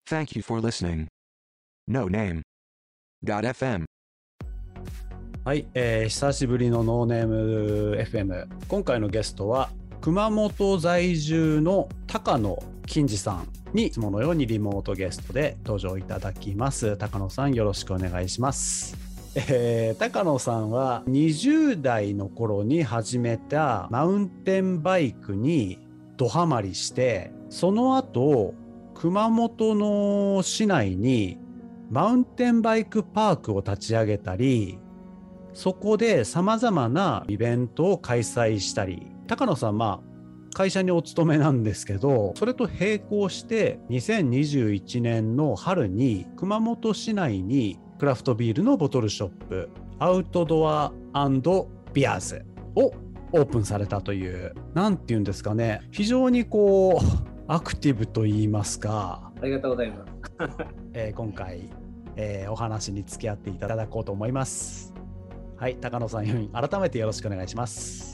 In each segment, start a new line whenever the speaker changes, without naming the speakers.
Thank you for listening. No name. .fm
はい、久しぶりのノーネーム FM。今回のゲストは熊本在住の高野金次さんにいつものようにリモートゲストで登場いただきます。高野さんよろしくお願いします。高野さんは20代の頃に始めたマウンテンバイクにドハマりして、その後熊本の市内にマウンテンバイクパークを立ち上げたり、そこで様々なイベントを開催したり、高野さん会社にお勤めなんですけど、それと並行して2021年の春に熊本市内にクラフトビールのボトルショップアウトドア&ビアーズをオープンされたという、なんていうんですかね、非常にアクティブといいますか。
ありがとうございます。
今回、お話に付き合っていただこうと思います。はい、高野さん、改めてよろしくお願いします。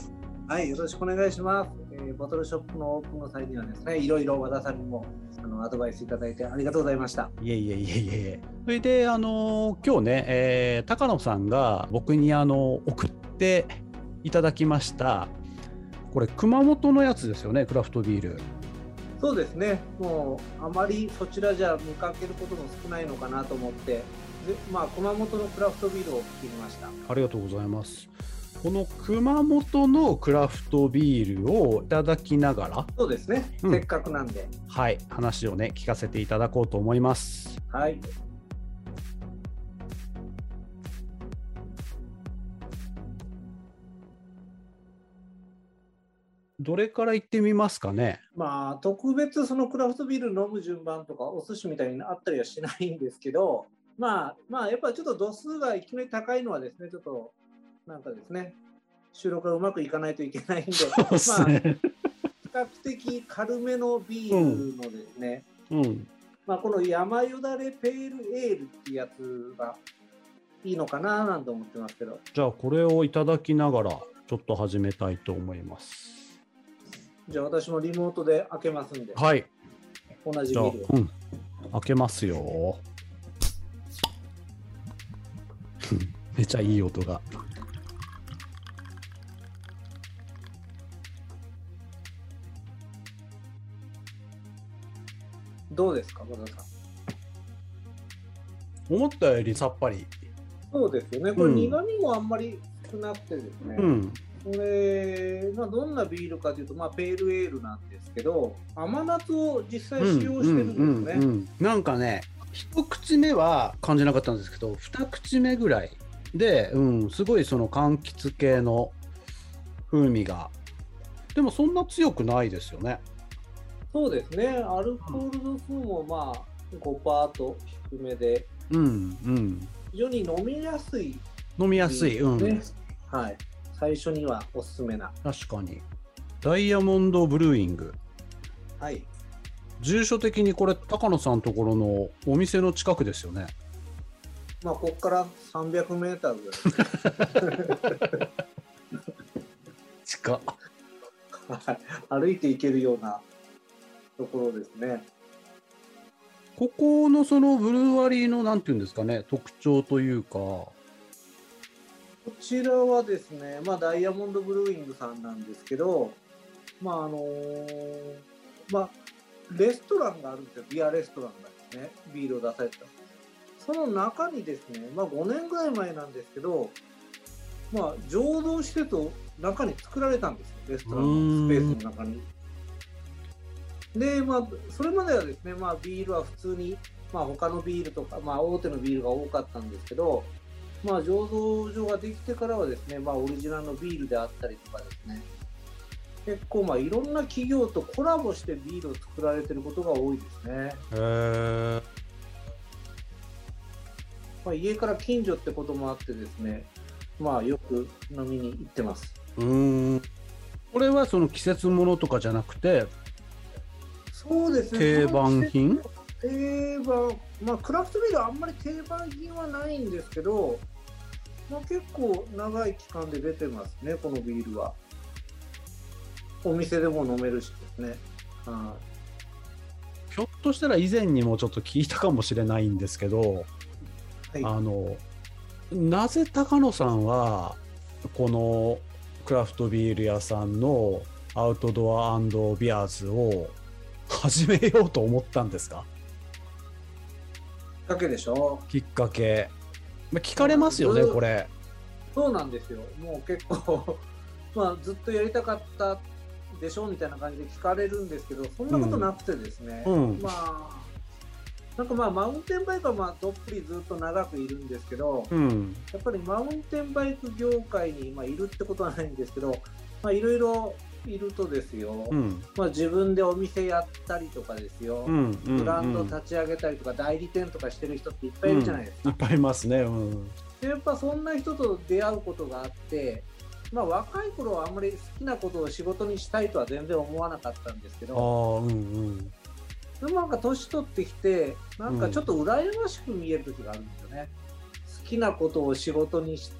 はい、よろしくお願いします。ボトルショップのオープンの際にはですね、いろいろ和田さんにもアドバイスいただいてありがとうございました。
いえ。それで今日ね、高野さんが僕に送っていただきました。これ熊本のやつですよね、クラフトビール。
そうですね。もうあまりそちらじゃ見かけることも少ないのかなと思って、熊本のクラフトビールを送ってみました。
ありがとうございます。この熊本のクラフトビールをいただきながら、
そうですね、せっかくなんで、
はい、話をね聞かせていただこうと思います。
はい。
どれから行ってみますかね。
特別そのクラフトビール飲む順番とかお寿司みたいにあったりはしないんですけど、やっぱりちょっと度数がいきなり高いのはですね、ちょっとなんかですね、収録がうまくいかないといけないんで、
そうですね。
比較的軽めのビールのですね、この山よだれペールエールっていうやつがいいのかななんて思ってますけど。
じゃあこれをいただきながらちょっと始めたいと思います。
じゃあ私もリモートで開けますんで。
はい。
同じビールを。
開けますよ。めちゃいい音が。
どうですか、和田さ
ん。思ったよりさっぱり。
そうですよね。これ苦味もあんまり少なくてですね。これ、どんなビールかというと、ペールエールなんですけど、甘夏を実際使用してるんですね。
なんかね、一口目は感じなかったんですけど、二口目ぐらいで、すごいその柑橘系の風味が、でもそんな強くないですよね。
そうですね。アルコール度数も5% と低めで、非常に飲みやすい、はい。最初にはおすすめな。
確かに。ダイヤモンドブルーイング。
はい。
住所的にこれ高野さんのところのお店の近くですよね。
ここから300メーターぐらい。
近っ。
歩いて行けるようなところですね。
ここのそのブルワリーのなんていうんですかね、特徴というか。
こちらはですね、ダイヤモンドブルーイングさんなんですけど、レストランがあるんですよ。ビアレストランがですね、ビールを出された。その中にですね、5年ぐらい前なんですけど、醸造施設を中に作られたんですよ。レストランのスペースの中に。で、それまではですね、ビールは普通に、他のビールとか、大手のビールが多かったんですけど、醸造所ができてからはですね、オリジナルのビールであったりとかですね、結構いろんな企業とコラボしてビールを作られてることが多いですね。家から近所ってこともあってですね、よく飲みに行ってます。
これはその季節ものとかじゃなくて、
そうですね、
定番品？
定番、クラフトビールはあんまり定番品はないんですけど、結構長い期間で出てますね、このビールは。お店でも飲めるしですね。
ひょっとしたら以前にもちょっと聞いたかもしれないんですけど、
はい
なぜ高野さんはこのクラフトビール屋さんのアウトドア&ビアーズを始めようと思ったんですか？
だけでしょ。
きっかけ。聞かれますよね、これ。
そうなんですよ。もう結構まあずっとやりたかったでしょみたいな感じで聞かれるんですけど、そんなことなくてですね、まあなんかまあマウンテンバイクはまあどっぷりずっと長くいるんですけど、やっぱりマウンテンバイク業界にまあいるってことはないんですけど、まあいろいろいるとですよ、まあ自分でお店やったりとかですよ、ブランド立ち上げたりとか代理店とかしてる人っていっぱいいるじゃないですか。
いっぱいいますね。
でやっぱそんな人と出会うことがあって、まあ若い頃はあんまり好きなことを仕事にしたいとは全然思わなかったんですけど、でもなんか年取ってきて、なんかちょっと羨ましく見える時があるんですよね。好きなことを仕事にして、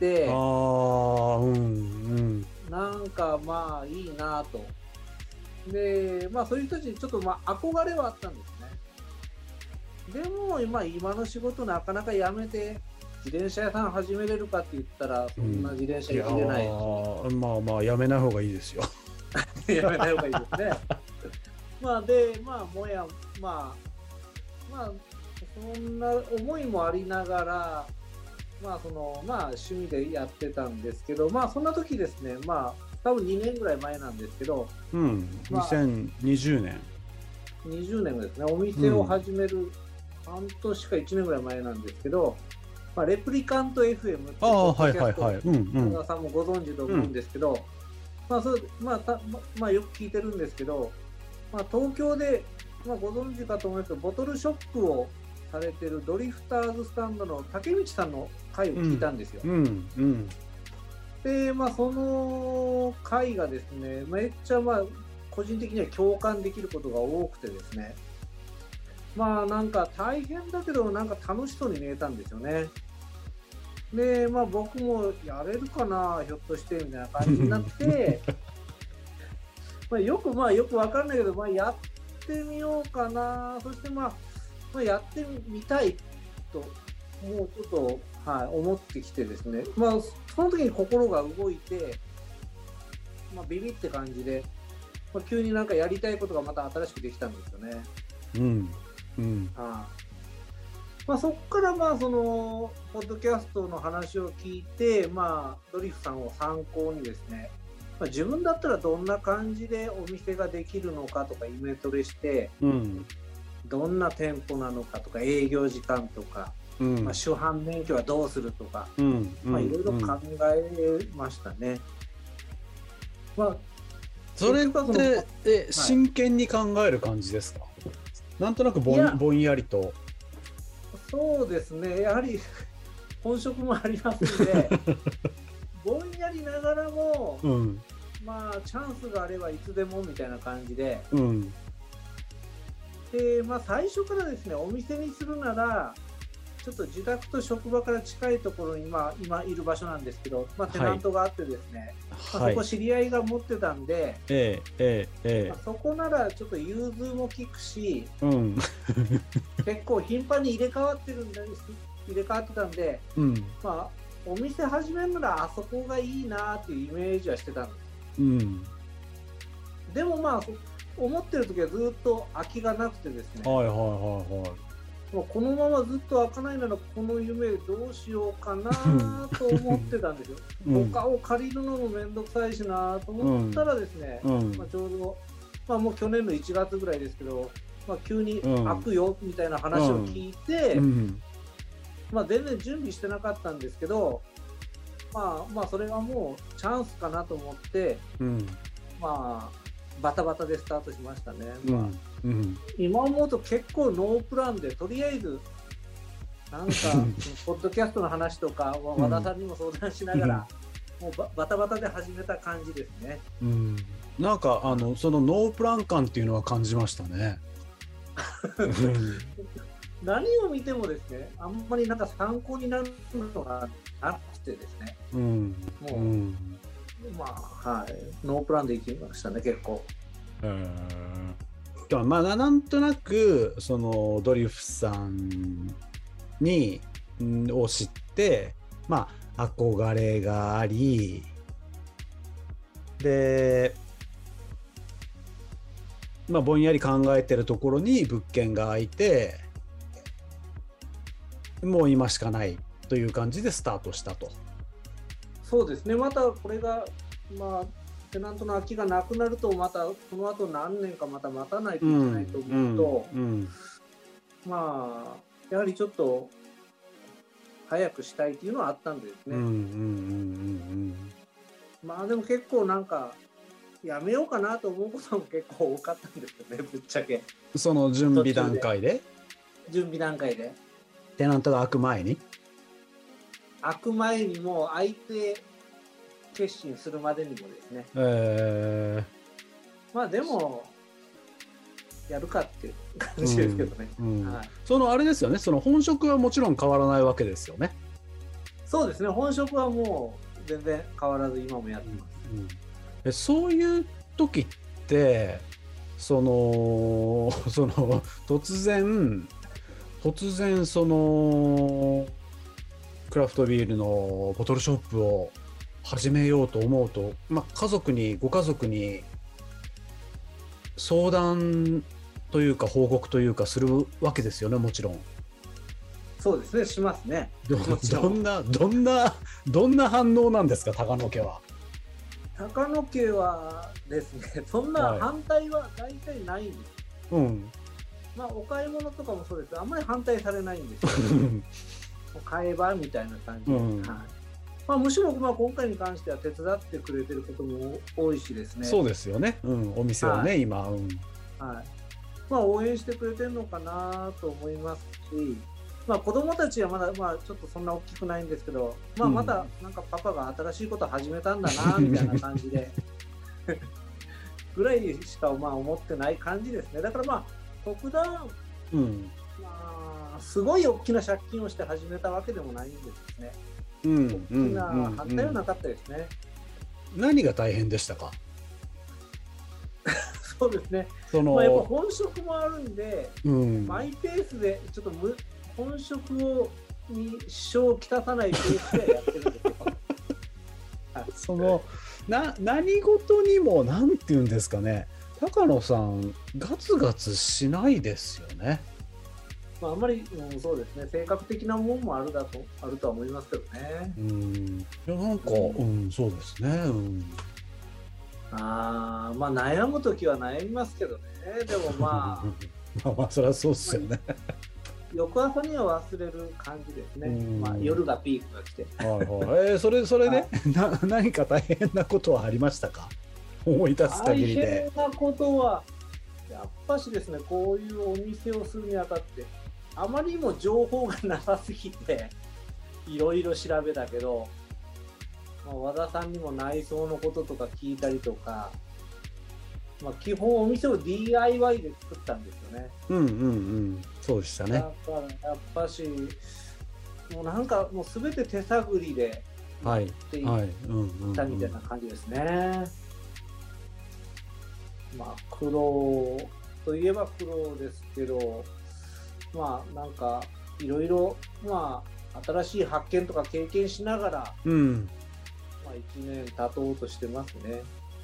なんかまあいいなと。で、まあそういう人たちにちょっとまあ憧れはあったんですね。でも今の仕事なかなか辞めて自転車屋さん始めれるかって言ったら、そんな自転車やれないし、
まあまあやめない方がいいですよ。
やめない方がいいですね。まあでもやまあそんな思いもありながら、趣味でやってたんですけど、まあそんな時ですね、まあ多分2年ぐらい前なんですけど、
2020年
20年ですね、お店を始める半年か1年ぐらい前なんですけど、レプリカント FM っていうポッドキャスト、皆さんもご存知と思うんですけど、よく聞いてるんですけど、東京で、ご存知かと思いますけど、ボトルショップをされてるドリフターズスタンドの竹道さんの回を聞いたんですよ。で、その回がですね、めっちゃ個人的には共感できることが多くてですね、なんか大変だけどなんか楽しそうに見えたんですよね。で、僕もやれるかな、ひょっとしてみたいな感じになってよくわかんないけど、やってみようかな、そしてやってみたいともうちょっと、思ってきてですね、その時に心が動いて、ビビって感じで、急になんかやりたいことがまた新しくできたんですよね。そこからそのポッドキャストの話を聞いて、ドリフさんを参考にですね、自分だったらどんな感じでお店ができるのかとかイメトレして、どんな店舗なのかとか営業時間とか、主犯免許はどうするとか、いろいろ考えましたね。
それって真剣に考える感じですか？なんとなくぼんやりと。
そうですね、やはり本職もありますのでぼんやりながらも、チャンスがあればいつでもみたいな感じで、で最初からですね、お店にするならちょっと自宅と職場から近いところに今いる場所なんですけど、テナントがあってですね、そこ知り合いが持ってたんで、そこならちょっと融通も利くし、結構頻繁に入れ替わってたんで、お店始めるならあそこがいいなっていうイメージはしてたんです。でも思ってる時はずっと空きがなくてですね、このままずっと開かないならこの夢どうしようかなと思ってたんですよ。他を借りるのもめんどくさいしなと思ったらですね、ちょうど、もう去年の1月ぐらいですけど、急に開くよみたいな話を聞いて、全然準備してなかったんですけど、それがもうチャンスかなと思って、バタバタでスタートしましたね。今思うと結構ノープランで、とりあえずなんかポッドキャストの話とか和田さんにも相談しながら、もうバタバタで始めた感じですね。
なんかそのノープラン感っていうのは感じましたね。
何を見てもですね、あんまりなんか参考になるのがなくてですね、ノープランでいきましたね、結構。
まあなんとなくそのドリフさんを知って、まあ憧れがあり、でまあぼんやり考えてるところに物件が空いて、もう今しかないという感じでスタートしたと。
そうですね。またこれがまあテナントの空きがなくなると、またこの後何年かまた待たないといけないと思うと、まあやはりちょっと早くしたいっていうのはあったんですね。まあでも結構なんかやめようかなと思うことも結構多かったんですよね、ぶっちゃけ。
その準備段階でテナントが開く前に
も相手決心するまでにもですね。まあでもやるかっていう感じですけどね。
そのあれですよね、その本職はもちろん変わらないわけですよね。
そうですね、本職はもう全然変わらず今もやってます。
そういう時ってその突然そのクラフトビールのボトルショップを始めようと思うと、まあ、ご家族に相談というか報告というかするわけですよね、もちろん。
そうですね、しますね。
どんな反応なんですか、高野家は。
高野家はですね、そんな反対は大体ないんです。まあお買い物とかもそうです。あんまり反対されないんですよ。買えばみたいな感じで。まあむしろまあ今回に関しては手伝ってくれてることも多いしですね。
そうですよね。お店をね、今。
まあ応援してくれてるのかなと思いますし。まあ子供たちはまだまあちょっとそんな大きくないんですけど、まあまだなんかパパが新しいこと始めたんだなみたいな感じでぐらいしかまあ思ってない感じですね。だからまあ特段、まあすごい大きな借金をして始めたわけでもないんですね。大きな反対はなかったですね。
何が大変でしたか？
そうですね。まあやっぱ本職もあるんで、マイペースでちょっと本職に支障をきたさないペースでやってるんですよ。
何事にもなんていうんですかね、高野さんガツガツしないですよね。
まああんまり、そうですね、性格的なもんもあるとは思いますけどね。
いやなんか、そうですね。
まあ悩むときは悩みますけどね。でもまあ
まあそりゃそうですよね。
翌朝には忘れる感じですね。まあ夜がピークが来て。
それで何か大変なことはありましたか？思い出す限りで。
大変なことはやっぱしですね、こういうお店をするにあたってあまりにも情報がなさすぎていろいろ調べたけど、まあ、和田さんにも内装のこととか聞いたりとか、まあ、基本お店を DIY で作ったんですよね。
そうでしたね。
だからやっぱしもうなんかもう全て手探りでやっていったみたいな感じですね。まあ苦労といえば苦労ですけど、まあなんかいろいろまあ新しい発見とか経験しながら、まあ1年経とうとしてますね。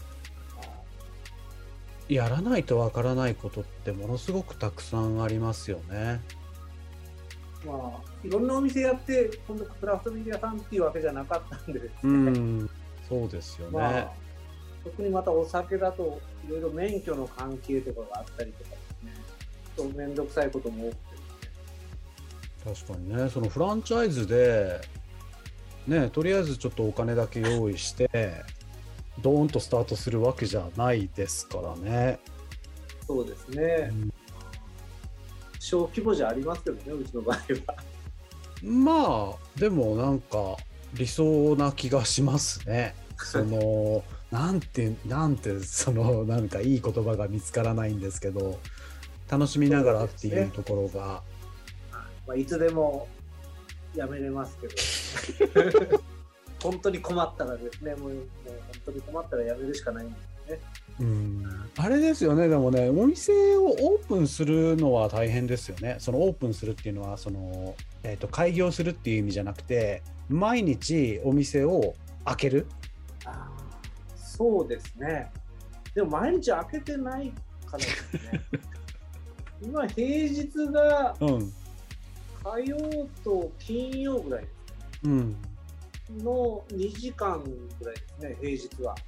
やらないとわからないことってものすごくたくさんありますよね。
まあいろんなお店やって今度クラフトビール屋さんっていうわけじゃなかったんでですね。
そうですよね。
まあ、特にまたお酒だといろいろ免許の関係とかがあったりとかですね。ちょっと面倒くさいことも多くて
ですね。確かにね、そのフランチャイズでね、とりあえずちょっとお金だけ用意してドーンとスタートするわけじゃないですからね。
そうですね。小規模じゃありますけどね、うちの場合は。
まあでもなんか理想な気がしますね。なんてそのなんかいい言葉が見つからないんですけど、楽しみながらっていうところが、
まあ、いつでもやめれますけど本当に困ったらですね、もう本当に困ったらやめるしかないんです。 ね。
あれですよね。でもね、お店をオープンするのは大変ですよね。そのオープンするっていうのはその、開業するっていう意味じゃなくて、毎日お店を開ける。
そうですね。でも毎日開けてないからですね。今平日が火曜と金曜ぐらいですね。の2時間ぐらいですね、平日は。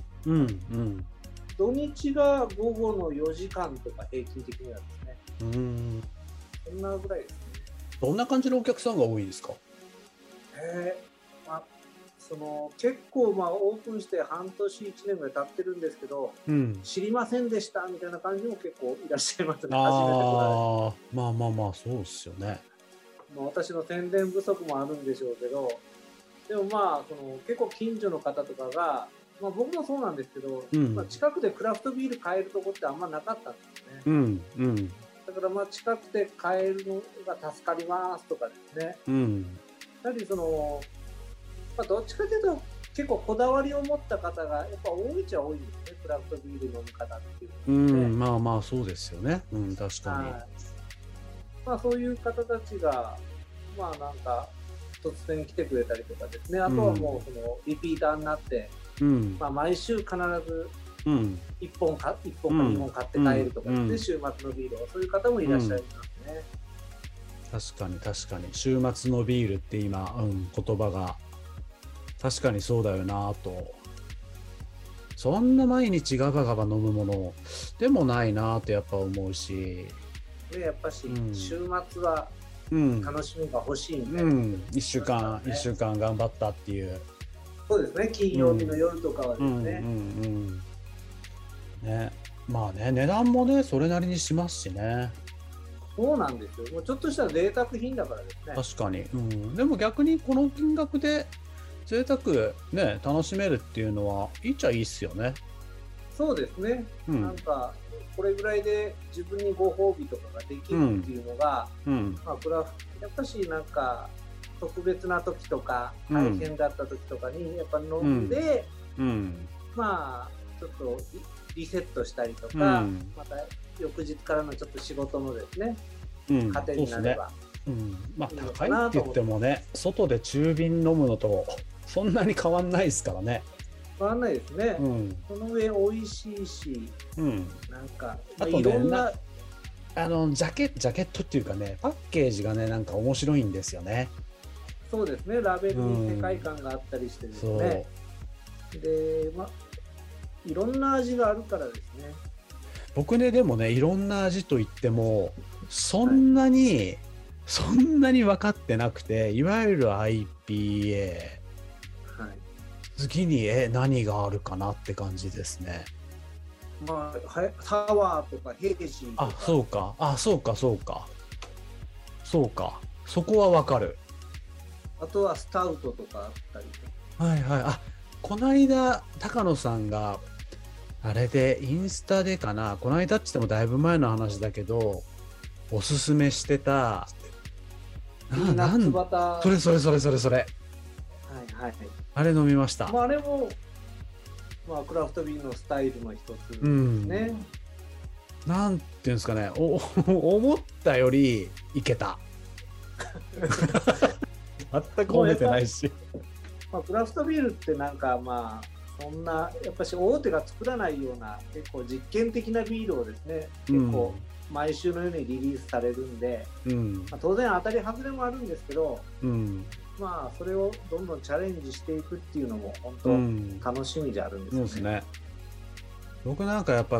土日が午後の4時間とか平均的にはですね。そんなぐらいですね。
どんな感じのお客さんが多いですか？
結構オープンして半年1年ぐらい経ってるんですけど、知りませんでしたみたいな感じも結構いらっしゃいますね。初めて来られる。
まあそうですよね。
私の宣伝不足もあるんでしょうけど、でも結構近所の方とかが、僕もそうなんですけど、近くでクラフトビール買えるとこってあんまなかったんですね。だから近くで買えるのが助かりますとかですね。やはりどっちかというと結構こだわりを持った方がやっぱ多いっちゃ多いんですね、クラフトビール飲む方っていうのは、ね。
そうですよね。確か
に。そういう方たちが突然来てくれたりとかですね。あとはもうリピーターになって、毎週必ず1本か2本買って帰るとかですね、週末のビールを、そういう方もいらっしゃいますね。
確かに週末のビールって今、言葉が確かにそうだよなと。そんな毎日ガバガバ飲むものでもないなとやっぱ思うし、
やっぱし週末は楽しみが欲しいんで、
1週間頑張ったっていう。
そうですね、金曜日の夜とかはですね。
値段もねそれなりにしますしね。
そうなんですよ。もうちょっとした贅沢品だからですね。
確かに。でも逆にこの金額で贅沢ね楽しめるっていうのはいいっちゃいいっすよね。
そうですね。これぐらいで自分にご褒美とかができるっていうのが、やっぱし特別な時とか大変だった時とかにやっぱ飲んで、ちょっとリセットしたりとか、また翌日からのちょっと仕事のですね、糧になれば。
高いって言ってもね、外で中瓶飲むのとそんなに変わんないですからね。
変わんないですね。その上美味しいし、
あとね、いろんなジャケットっていうかね、パッケージがね面白いんですよね。
そうですね、ラベルに世界観があったりしてですね。で、いろんな味があるからですね。
僕ね、でもね、いろんな味といってもそんなに分かってなくて、いわゆる IPA、次に何があるかなって感じですね。
サワーとかヘイジーとか。
そうか。そこは分かる。
あとはスタウトとかあったりとか。
この間高野さんがあれでインスタでかな、この間って言ってもだいぶ前の話だけどおすすめしてた
ピーナッツバター。
それ。あれ飲みました。
あれもクラフトビールのスタイルの一つですね。
なんていうんですかね、思ったよりいけた。全く褒めてないし。
クラフトビールってそんなやっぱし大手が作らないような結構実験的なビールをですね、結構毎週のようにリリースされるんで、当然当たり外れもあるんですけど、それをどんどんチャレンジしていくっていうのも本当楽しみであるんですよね。
そうですね。僕やっぱ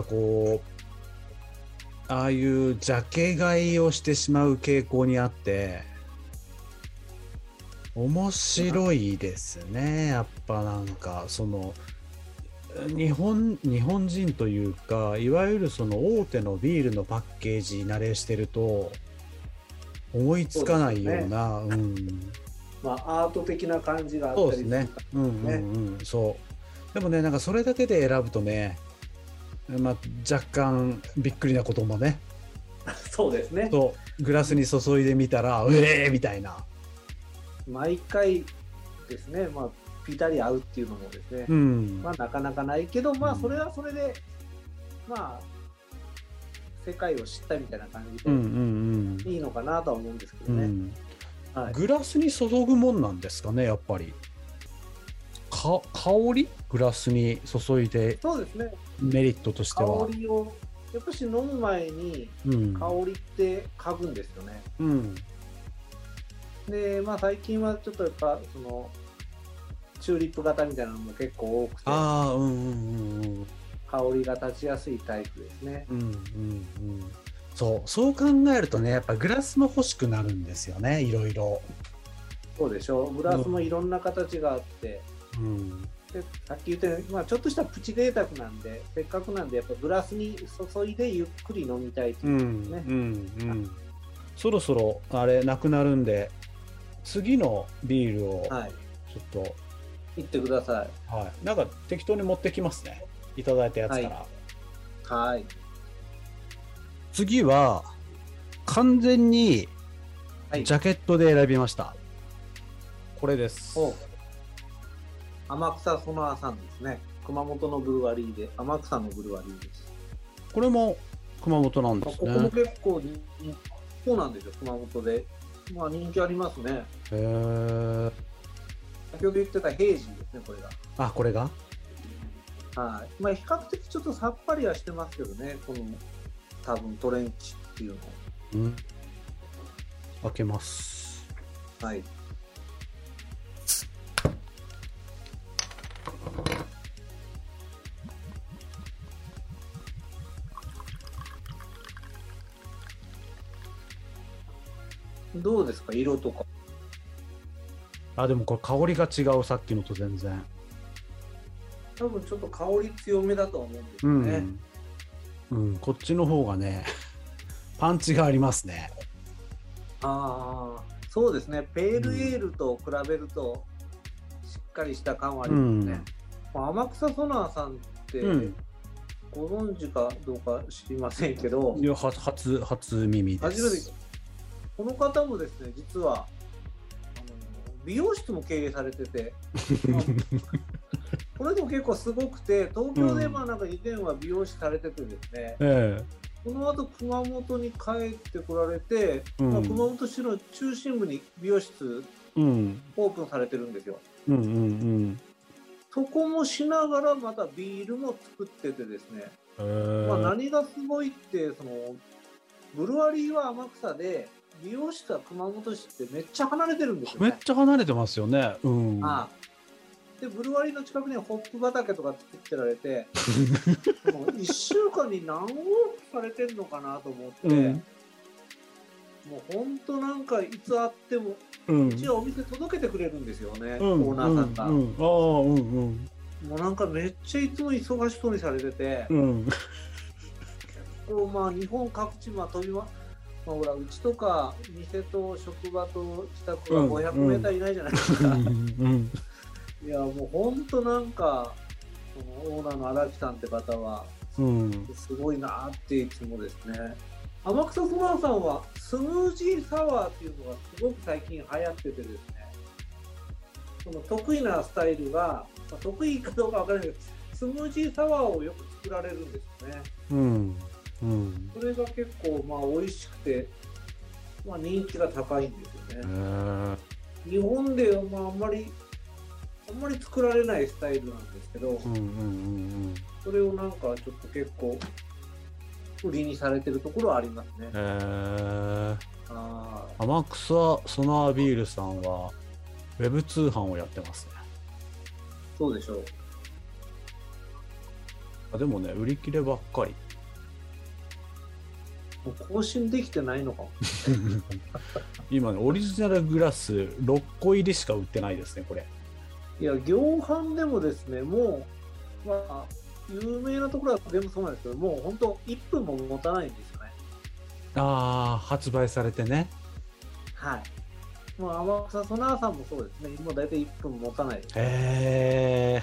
ああいうジャケ買いをしてしまう傾向にあって、面白いですね。やっぱ日本人というか、いわゆる大手のビールのパッケージに慣れしてると思いつかないような、
アート的な感じがあったりするからね。
でもね、それだけで選ぶとね、若干びっくりなこともね。
そうですね。
グラスに注いでみたらみたいな。
毎回ですね、 ぴたり合うっていうのもですね、
うん。
まあなかなかないけど、まあ
うん
それはそれで、まあ世界を知ったみたいな感じ
うんうん
でいいのかなとは思うんですけどね。
うん。
はい、
グラスに注ぐもんなんですかね、やっぱり。香りグラスに注いで
そうですね。
メリットとしては。
香りをやっぱし飲む前に
うん。
香りって嗅ぐんですよね。
うん。
で、まあ最近はちょっとやっぱそのチューリップ型みたいなのも結構多くて、
ああ、うんうんうん
香りが立ちやすいタイプですね。
うんうんうん。そう考えるとね、やっぱグラスも欲しくなるんですよね、いろいろ。
そうでしょう。グラスもいろんな形があって、
うん。
でさっき言ったように、まあ、ちょっとしたプチ贅沢なんで、せっかくなんでやっぱグラスに注いでゆっくり飲みたいと
うんう
いうんね。
うん。そろそろあれなくなるんで、次のビールを
はい。
ちょっ
言ってください。
と、はい、なんか適当に持ってきますね。いただいたやつから。
はい。
次は完全に
はい。
ジャケットで選びました。これです。
お天草ソナーさんですね。熊本のブルワリーで、天草のブルワリーです。
これも熊本なん
まあ、
ですね。
ここも結構そうなんですよ、熊本で。まあ人気ありますね。
へー。
先ほど言ってたヘイジーですね、これが。
あ、これが
はい。まあ比較的ちょっとさっぱりはしてますけどね、この多分トレンチっていうの。
うん。開けます。
はい。どうですか、色とか。
あ、でもこれ香りが違う、さっきのと全然。
多分ちょっと香り強めだと思うんです
う
よね。
ん。うん、こっちの方がね、パンチがありますね。
ああ、そうですね。ペールエールと比べると、しっかりした感はありますね。まあ天草ソナーさんって、
うん。
ご存知かどうか知りませんけど、
いや、初耳で
初めて
す。
この方もですね、実は美容室も経営されてて、まあこれでも結構すごくて、東京でまあなんか以前は美容師されててですね、
え
この後熊本に帰ってこられて、
うん
まあ、熊本市の中心部に美容室
え。うん。
オープンされてるんですよ。
うんうんうん。
そこもしながらまたビールも作っててですね、まあ、何がすごいってそのブルワリーは天草で美容室は熊本市ってめっちゃ離れてるんですよ
めっ
ね。
ちゃ離れてますよね。うん。
ああでブルワリーの近くにはホップ畑とか作ってられてもう1週間に何往復されてるのかなと思って、
うん
もうほんとなんかいつあっても
うん。
うちはお店届けてくれるんですよね、
うん
オーナーさんが。
うんうん、ああ、うんうん。
もうなんかめっちゃいつも忙しそうにされてて、
うん。
こうまあ日本各地まあ飛びま、まあ、ほらうちとか店と職場と自宅は500メーター以内じゃないですか。
うん
いやもうほんとなんかそのオーナーの荒木さんって方は
うん。
すごいなっていつもですね。天草そばさんはスムージーサワーっていうのがすごく最近流行っててですね、その得意なスタイルが、まあ、得意かどうかわからないけどスムージーサワーをよく作られるんですよね。
うん。うん。
それが結構まあ美味しくて、まあ、人気が高いんですよね。日本ではまああんまり作られないスタイルなんですけど、
うんうんうん
それをなんかちょっと結構売りにされてるところはありますね。あ
天草ソナービールさんはウェブ通販をやってますね。
そうでしょう。
あ、でもね、売り切ればっかり。
もう更新できてないのかも。
今ね、オリジナルグラス6個入りしか売ってないですね、これ。
いや、業販でもですね、もう、まあ、有名なところは全部そうなんですけど、もう本当、1分も持たないんですよね。
ああ、発売されてね。
はい。もう天草ソナーさんもそうですね、もう大体1分持たないです。
へえ。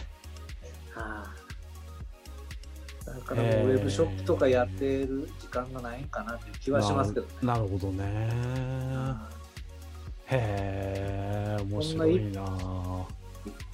はい。だからもうウェブショップとかやってる時間がないんかなという気はしますけどね。
なるほどね。
は
へえ、面白いな。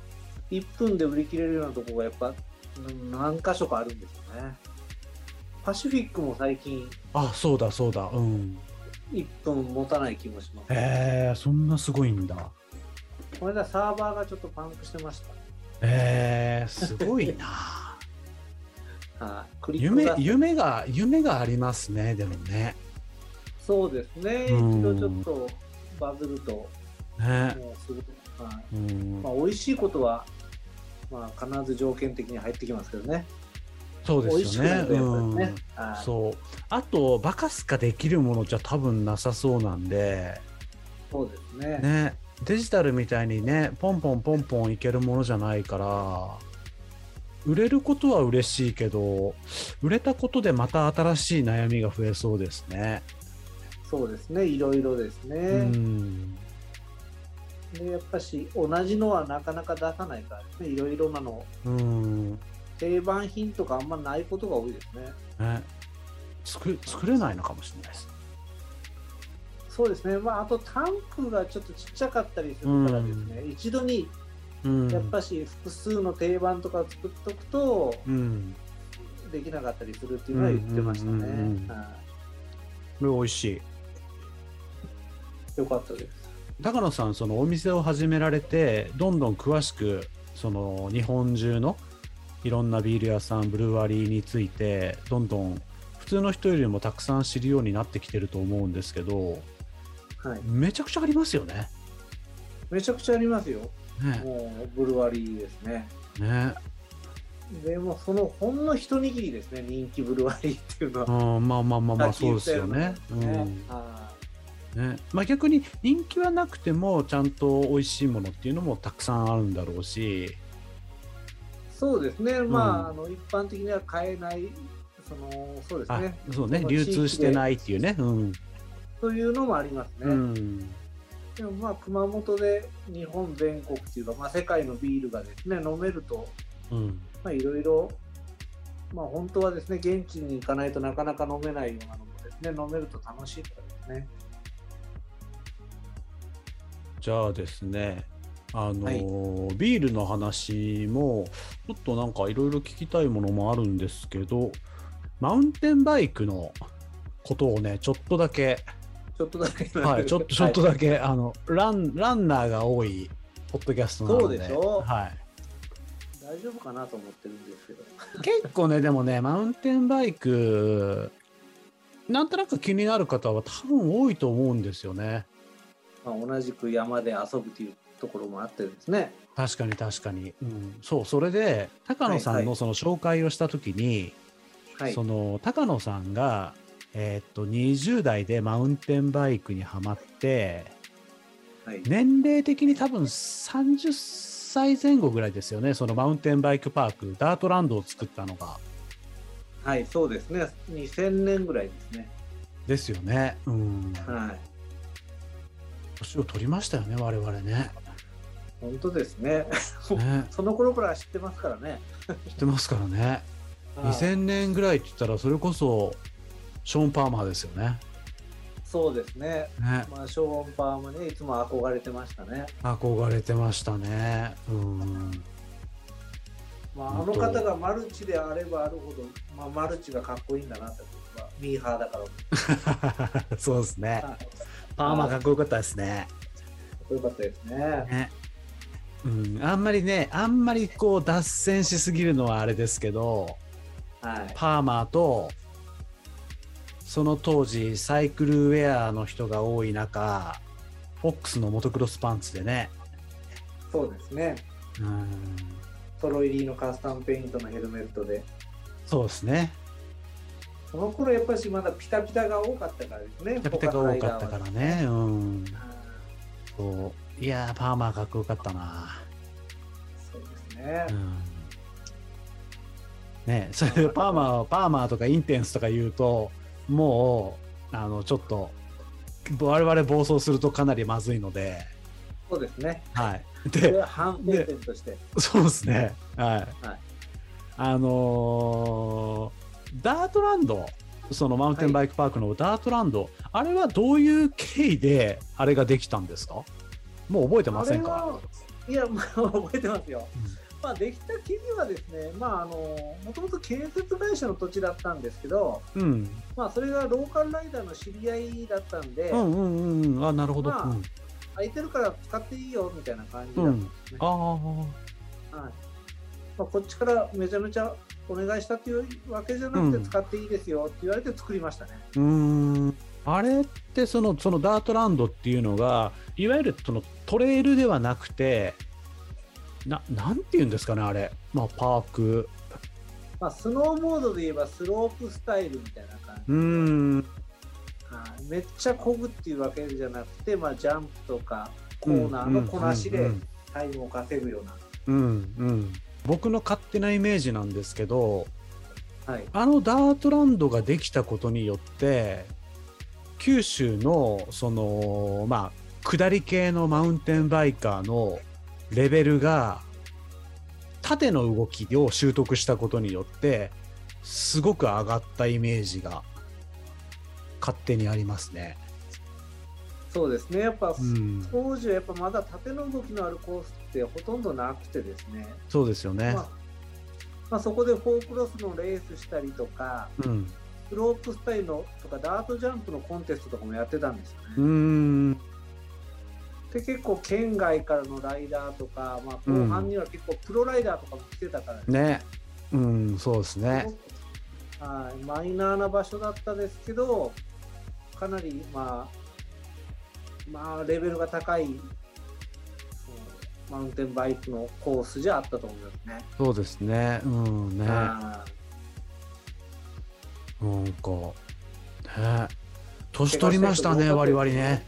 1分で売り切れるようなところがやっぱ何箇所かあるんですよね。パシフィックも最近
あ、そうだそうだ。うん。
1分持たない気もします。
へえ、そんなすごいんだ。
この間サーバーがちょっとパンクしてました。
へえ、すごいな。
はい、クリックが
夢がありますね、でもね。
そうですね。
うん
一度ちょっとバズると、
ね。
もうすぐ、はい、
うん
まあ、美味しいことは、まあ、必ず条件的に入ってきますけどね。
そう
美味
ですよね。
しくないとやっぱり
うん
ね。はい、
そう。あと、バカすかできるものじゃ多分なさそうなんで、
そうですね。
ね、デジタルみたいにね、ポンポンポンポンいけるものじゃないから、売れることは嬉しいけど、売れたことでまた新しい悩みが増えそうですね。
そうですね。いろいろですね。
うん。
で、やっぱし同じのはなかなか出さないからですね。いろいろなの。
うん。
定番品とかあんまないことが多いですね。
ね。作れないのかもしれないです。
そうですね。まあ、あとタンクがちょっとちっちゃかったりするからですね。一度に
うん。
やっぱし複数の定番とかを作っとくと、
うん。
できなかったりするっていうのは言ってましたね。
うんうんうんうん
は
これ美味しい。
い、よかったです。
高野さん、そのお店を始められて、どんどん詳しくその日本中のいろんなビール屋さん、ブルワリーについてどんどん普通の人よりもたくさん知るようになってきてると思うんですけど、
はい、
めちゃくちゃありますよね。
めちゃくちゃありますよ。
ね。
もうブルワリーですね。
ね。
でもそのほんの一握りですね、人気ブルワリーっていうのは。
うん、まあまあまあまあ、
さっき
そう
言った
ですよね。
ようなね
うん。
は
ね。まあ逆に人気はなくてもちゃんと美味しいものっていうのもたくさんあるんだろうし。
い、そうですね。まあ、一般的には買えない、そうです
あ、
ね。
そうね。
その
流
地域で
通してないっていうね。うん。
というのもありますね。
うん。
でもまあ熊本で日本全国っていうか、まあ、世界のビールがですね飲めると、
うん。
まあいろいろ、まあ本当はですね現地に行かないとなかなか飲めないようなのもですね飲めると楽しいからですね。
じゃあですね、
はい
ビールの話もちょっとなんかいろいろ聞きたいものもあるんですけど、マウンテンバイクのことをねちょっとだけ、
ちょっとだけ
はい、ちょっとだけ、ランナーが多いポッドキャストなので、
そうでしょ
はい、
大丈夫かなと思ってるんですけど。
結構ねでもねマウンテンバイクなんとなく気になる方は多分多いと思うんですよね。
まあ、同じく山で遊ぶというところもあってですね。
確かに確かに、うん、そう、それで高野さんのその紹介をした時に、
はい、
その高野さんが20代でマウンテンバイクにはまって、
はい、
年齢的に多分30歳前後ぐらいですよね。そのマウンテンバイクパークダートランドを作ったのが。
はい、そうですね。2000年ぐらいですね。
ですよね。うん。
はい。
年を取りましたよね、我々ね。
本当ですね。
ね、
その頃から知ってますからね。
知ってますからね。2000年ぐらいって言ったらそれこそショーン・パーマーですよね。
そうですね。
ね、
まあショーン・パーマーねいつも憧れてましたね。
憧れてましたね。うん。
まあ、あの方がマルチであればあるほど、まあ、マルチがかっこいいんだなって僕はミーハーだから
そうですね。
はい、
パーマーかっこよかったですね。
かっこよかったですね。
ね、うん、あんまりこう脱線しすぎるのはあれですけど、
はい、
パーマーとその当時サイクルウェアの人が多い中、フォックスのモトクロスパンツでね。
そうですね。トロイリーのカスタムペイントのヘルメットで。
そうですね。
その頃やっぱりまだピタピタが多かったからですね。
ピタピタが多かったからね。うん。そう。いやー、パーマーかっこよかったな。
そうですね。
うん、ね、それパーマーとかインテンスとか言うと、もうちょっと我々暴走するとかなりまずいので。
そうですね。
はい。
で、反省点として。
そうですね。はい。
はい、
ダートランド、そのマウンテンバイクパークのダートランド、はい、あれはどういう経緯であれができたんですか？もう覚えてませんか？
いや、まあ、覚えてますよ。まあ、できた記事はですね、まあ、もともと建設会社の土地だったんですけど、
うん
まあ、それがローカルライダーの知り合いだったんで、
うんうんうん、あ、なるほど。
まあ
うん
空いてるから使っていいよみたいな感じだ
うん
ったんですね。
ああ、
はいまあ、こっちからめちゃめちゃお願いしたっていうわけじゃなくて、使っていいですよって言われて作りましたね。
あれってそのダートランドっていうのがいわゆるそのトレイルではなくてなんていうんですかねあれ、まあ、パーク、
まあ、スノーボードで言えばスロープスタイルみたいな感じで、はいめっちゃ漕ぐっていうわけじゃなくて、まあ、ジャンプとかコーナーのこなしでタイムを稼ぐような、
僕の勝手なイメージなんですけど、
はい、
ダートランドができたことによって九州のそのまあ下り系のマウンテンバイカーのレベルが縦の動きを習得したことによってすごく上がったイメージが勝手にありますね。
そうですね、やっぱ、当時はやっぱまだ縦の動きのあるコースってほとんどなくてですね、
そうですよね。
まあ、そこでフォークロスのレースしたりとか、スロープスタイルのとかダートジャンプのコンテストとかもやってたんですよね。で結構県外からのライダーとか、まあ、後半には結構プロライダーとかも来てたから
ね。そうですね。
はい、マイナーな場所だったですけど、かなりまあレベルが高いマウンテンバイクのコースじゃあったと思いますね。
そうですね。なんかね、年取りましたね、我々ね。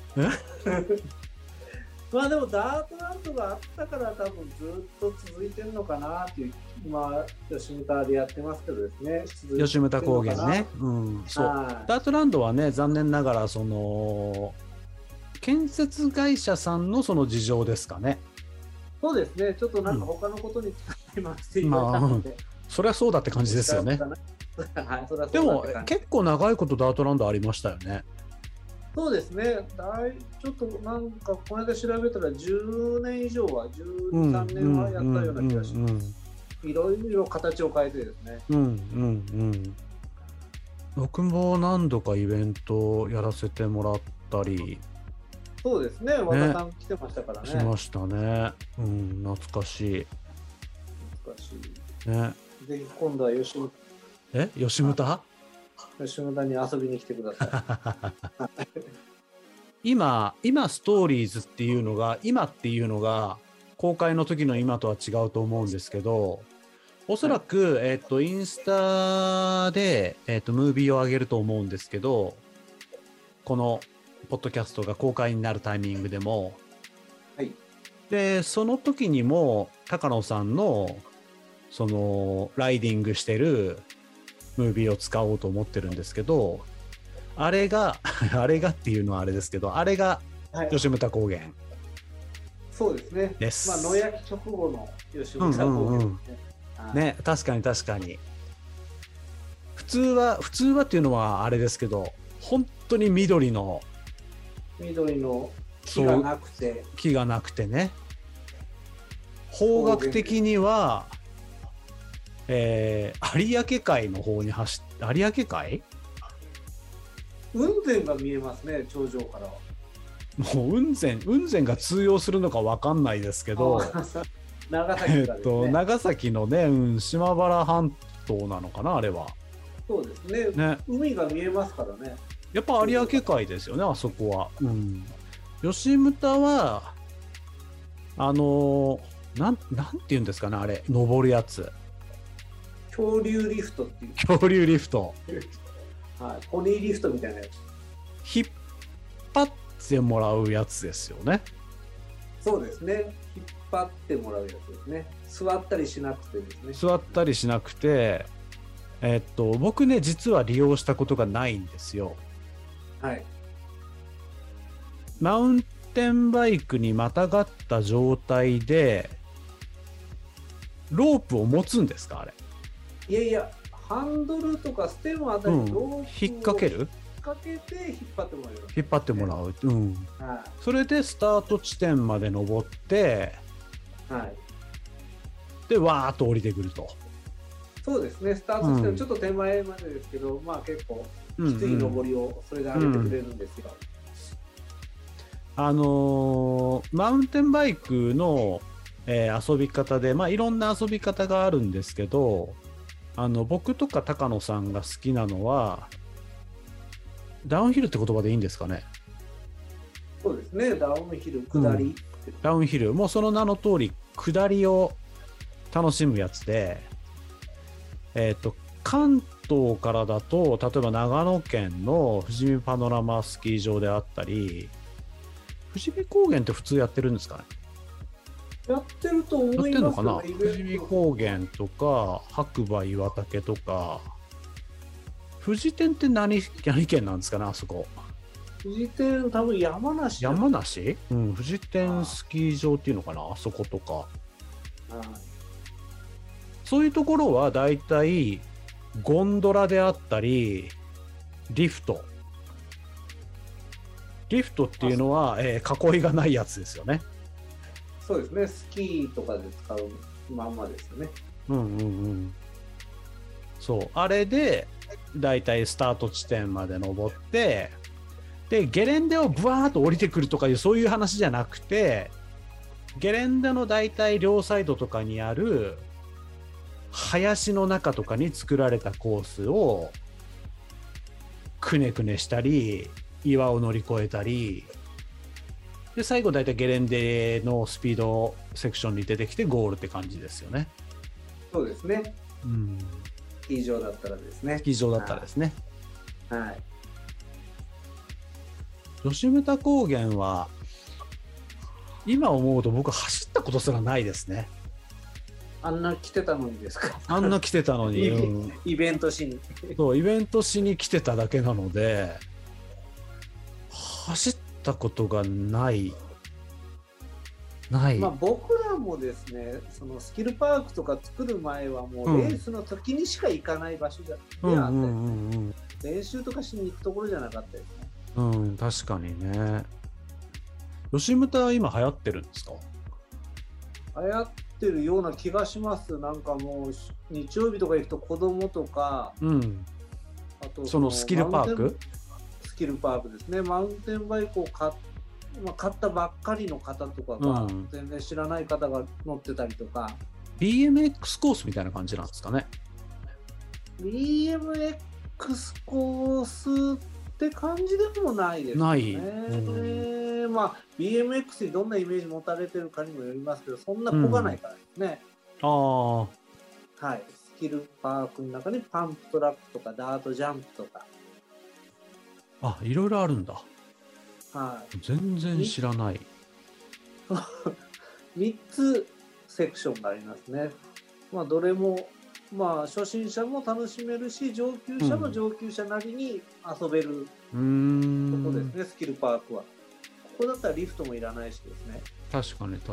まあでもダートランドがあったから多分ずっと続いてるのかなっていう、今吉牟田でやってますけどですね。
吉牟田高原ね。そう。ダートランドはね、残念ながらその建設会社さんのその事情ですかね。
そうですね。ちょっとなんか他のことに使ってますって言われたので、
そりゃそうだって感じですよね。でも結構長いことダートランドありましたよね。
そうですね。ちょっとなんかこの間調べたら10年以上は13年はやったような気がします。いろいろ形を変えてですね。
僕も何度かイベントやらせてもらったり。
そうですね。和田さん来てましたからね。
来ましたね。懐かしい。
懐かしい。
ね。
ぜひ今度は吉牟
田
に遊びに来てください。
今ストーリーズっていうのが公開の時の今とは違うと思うんですけど、おそらく、インスタで、ムービーを上げると思うんですけど、このポッドキャストが公開になるタイミングでも、でその時にも高野さんのそのライディングしてるムービーを使おうと思ってるんですけど、あれがっていうのはあれですけど、あれが吉牟田高原、
そうですね。
です。
まあ野焼き直後の吉牟田高原ですね。
ね、確かに普通はっていうのはあれですけど、本当に緑の木がなくてね、方角的には有明海の方に有明海？
雲仙が見えますね、頂上からは。
もう雲仙が通用するのか分かんないですけど、
長崎がですね、
長崎のね、島原半島なのかな、あれは。
そうですね。海が見えますからね。
やっぱ有明海ですよね、あそこは。吉牟田はなんていうんですかね、あれ登るやつ。
恐竜リフトっていう。
恐竜リフト。
ポニーリフトみたいなやつ。
引っ張ってもらうやつですよね。
そうですね。引っ張ってもらうやつですね。座ったりしなくてですね。
座ったりしなくて、僕ね、実は利用したことがないんですよ。マウンテンバイクにまたがった状態でロープを持つんですか、あれ。
いや、ハンドルとかステムあたりにロープを
引っ掛けて
引っ張ってもらう。
それでスタート地点まで登って、
はい。
でわーっと降りてくると。
そうですね、スタートしてちょっと手前までですけど、まあ結構きつい上りをそれで上げてくれるんですよ。
マウンテンバイクの、遊び方で、まあいろんな遊び方があるんですけど、僕とか高野さんが好きなのは、ダウンヒルって言葉でいいんですかね。
そうですね、ダウンヒル、下り。
ダウンヒル、もうその名の通り、下りを楽しむやつで、関東からだと、例えば長野県の富士見パノラマスキー場であったり、富士見高原って普通やってるんですかね。
やってると思います。
やってんのかな。富士見高原とか白馬岩岳とか、富士店って何県なんですかね、あそこ。
富士店多分山梨。
山梨？うん、富士店スキー場っていうのかな、あそことか。そういうところはだいたいゴンドラであったりリフトっていうのは、囲いがないやつですよね。
そうですね、スキーとかで使うまんまですよね。
そうあれでだいたいスタート地点まで登って、でゲレンデをブワーッと降りてくるとかいうそういう話じゃなくて、ゲレンデのだいたい両サイドとかにある林の中とかに作られたコースをくねくねしたり岩を乗り越えたりで、最後だいたいゲレンデのスピードセクションに出てきてゴールって感じですよね。
そうですね、スキー場だったらですね。はい。
吉牟田高原は今思うと僕走ったことすらないですね。
あんな来てたのにですか。
あんな来てたのに、
イベントしに。
そうイベントしに来てただけなので走ったことがない。ま
あ僕らもですね、そのスキルパークとか作る前はもうレースの時にしか行かない場所じゃあったり、練習とかしに行くところじゃなかったですね。
確かにね。吉牟田は今流行ってるんですか？
流行ってるような気がします。なんかもう日曜日とか行くと子供とか、
あとそのスキルパーク
ですね。マウンテンバイクを買ったばっかりの方とかが、全然知らない方が乗ってたりとか、
BMX コースみたいな感じなんですかね。
BMX コースって感じでもないですね。まあ BMX にどんなイメージ持たれてるかにもよりますけど、そんな漕がないからですね。はい、スキルパークの中にパンプトラックとかダートジャンプとか、
いろいろあるんだ。
はい、
全然知らない。
3つセクションがありますね。まあどれもまあ初心者も楽しめるし、上級者も上級者なりに遊べるとこですね、スキルパークは。ここだったらリフトもいらないしですね。
確かに。